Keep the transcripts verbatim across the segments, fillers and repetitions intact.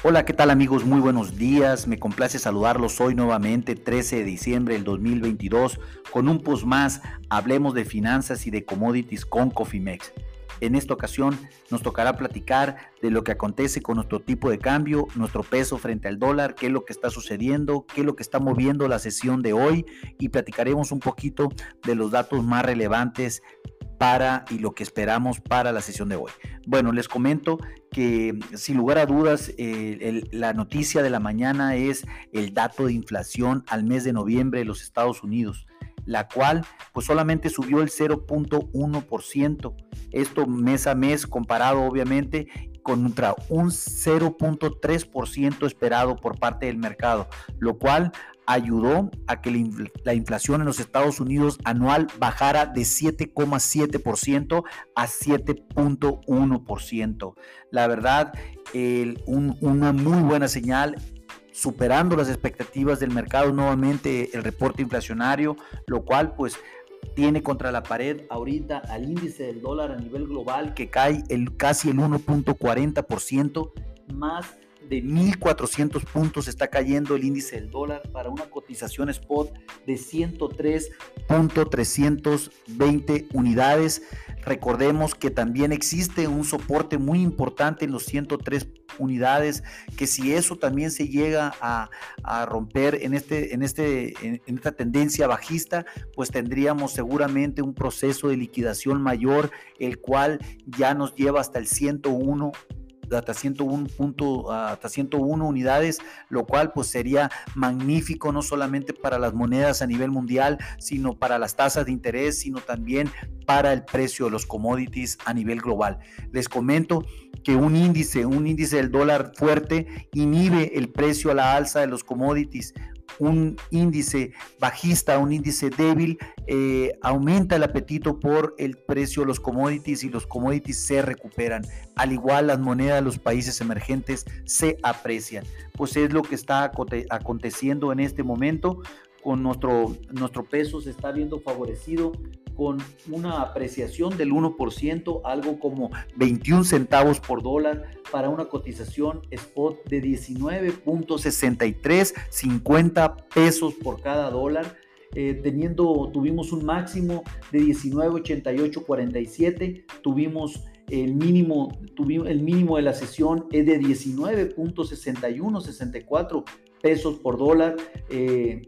Hola, ¿qué tal amigos? Muy buenos días. Me complace saludarlos hoy nuevamente, trece de diciembre del dos mil veintidós, con un post más. Hablemos de finanzas y de commodities con Cofimex. En esta ocasión nos tocará platicar de lo que acontece con nuestro tipo de cambio, nuestro peso frente al dólar, qué es lo que está sucediendo, qué es lo que está moviendo la sesión de hoy, y platicaremos un poquito de los datos más relevantes para y lo que esperamos para la sesión de hoy. Bueno, les comento que sin lugar a dudas eh, el, la noticia de la mañana es el dato de inflación al mes de noviembre de los Estados Unidos, la cual pues solamente subió el cero punto uno por ciento, esto mes a mes comparado obviamente contra un cero punto tres por ciento esperado por parte del mercado, lo cual ayudó a que la inflación en los Estados Unidos anual bajara de siete coma siete por ciento a siete punto uno por ciento. La verdad, el, un, una muy buena señal, superando las expectativas del mercado nuevamente el reporte inflacionario, lo cual pues tiene contra la pared ahorita al índice del dólar a nivel global que cae el, casi el uno punto cuarenta por ciento, más de mil cuatrocientos puntos está cayendo el índice del dólar para una cotización spot de ciento tres punto trescientos veinte unidades. Recordemos que también existe un soporte muy importante en los ciento tres unidades, que si eso también se llega a, a romper en, este, en, este, en, en esta tendencia bajista, pues tendríamos seguramente un proceso de liquidación mayor, el cual ya nos lleva hasta el ciento uno hasta ciento uno, punto, hasta ciento uno unidades, lo cual pues sería magnífico no solamente para las monedas a nivel mundial, sino para las tasas de interés, sino también para el precio de los commodities a nivel global. Les comento que un índice, un índice del dólar fuerte inhibe el precio a la alza de los commodities. Un índice bajista, un índice débil, eh, aumenta el apetito por el precio de los commodities y los commodities se recuperan. Al igual las monedas de los países emergentes se aprecian. Pues es lo que está aconteciendo en este momento. Con nuestro, nuestro peso se está viendo favorecido con una apreciación del uno por ciento, algo como veintiún centavos por dólar, para una cotización spot de diecinueve punto sesenta y tres cincuenta pesos por cada dólar. Eh, teniendo, tuvimos un máximo de diecinueve ochenta y ocho cuarenta y siete, tuvimos el mínimo, tuvimos el mínimo de la sesión es de diecinueve punto sesenta y uno sesenta y cuatro pesos por dólar. Eh,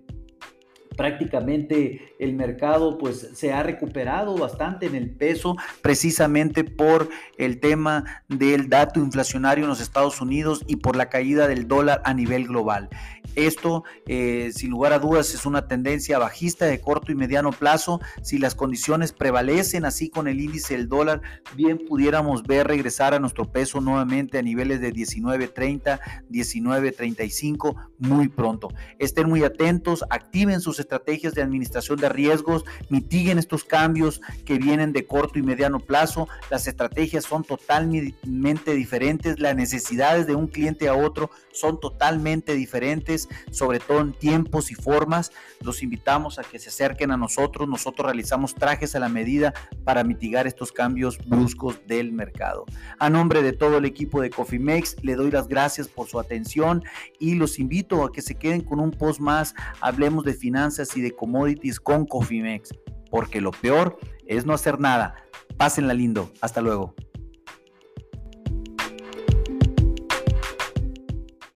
prácticamente el mercado pues se ha recuperado bastante en el peso, precisamente por el tema del dato inflacionario en los Estados Unidos y por la caída del dólar a nivel global. Esto, eh, sin lugar a dudas, es una tendencia bajista de corto y mediano plazo. Si las condiciones prevalecen así con el índice del dólar, bien pudiéramos ver regresar a nuestro peso nuevamente a niveles de diecinueve treinta, diecinueve treinta y cinco muy pronto. Estén muy atentos, activen sus estrategias de administración de riesgos, mitiguen estos cambios que vienen de corto y mediano plazo. Las estrategias son totalmente diferentes, las necesidades de un cliente a otro son totalmente diferentes, sobre todo en tiempos y formas. Los invitamos a que se acerquen a nosotros. Nosotros realizamos trajes a la medida para mitigar estos cambios bruscos del mercado. A nombre de todo el equipo de Cofimex, le doy las gracias por su atención y los invito a que se queden con un post más. Hablemos de finanzas y de commodities con Cofimex, porque lo peor es no hacer nada. Pásenla lindo. Hasta luego.